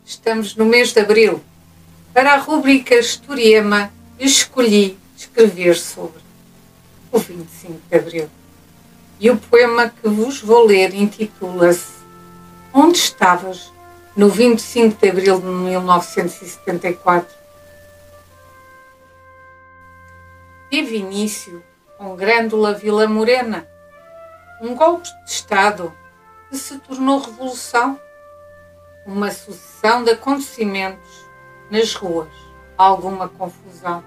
Estamos no mês de abril. Para a rubrica Historiema, escolhi escrever sobre o 25 de abril. E o poema que vos vou ler intitula-se Onde estavas no 25 de abril de 1974? Teve início com Grândola Vila Morena, um golpe de Estado que se tornou revolução, uma sucessão de acontecimentos nas ruas, alguma confusão.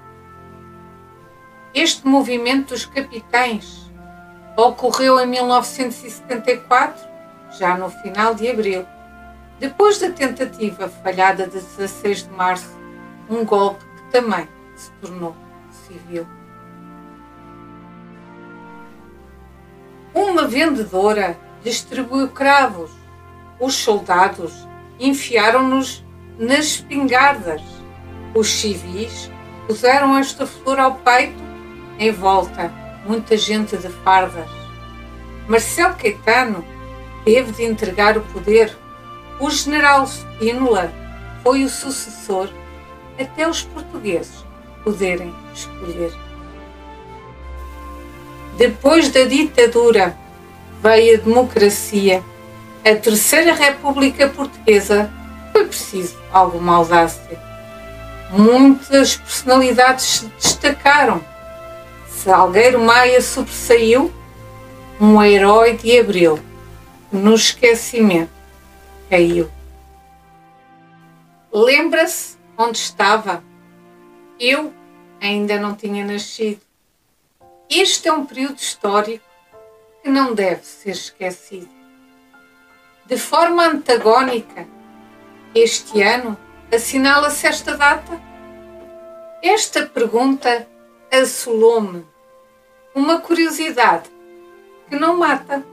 Este movimento dos capitães ocorreu em 1974, já no final de abril, depois da tentativa falhada de 16 de março, um golpe que também se tornou civil. Uma vendedora distribuiu cravos. Os soldados enfiaram-nos nas espingardas. Os civis puseram esta flor ao peito. Em volta, muita gente de fardas. Marcelo Caetano teve de entregar o poder. O general Spínola foi o sucessor, até os portugueses poderem escolher. Depois da ditadura veio a democracia. A Terceira República Portuguesa foi preciso alguma audácia. Muitas personalidades se destacaram. Salgueiro Maia sobressaiu, um herói de abril, que no esquecimento caiu. Lembra-se onde estava? Eu ainda não tinha nascido. Este é um período histórico que não deve ser esquecido. De forma antagónica, este ano assinala-se esta data? Esta pergunta assolou-me, uma curiosidade que não mata.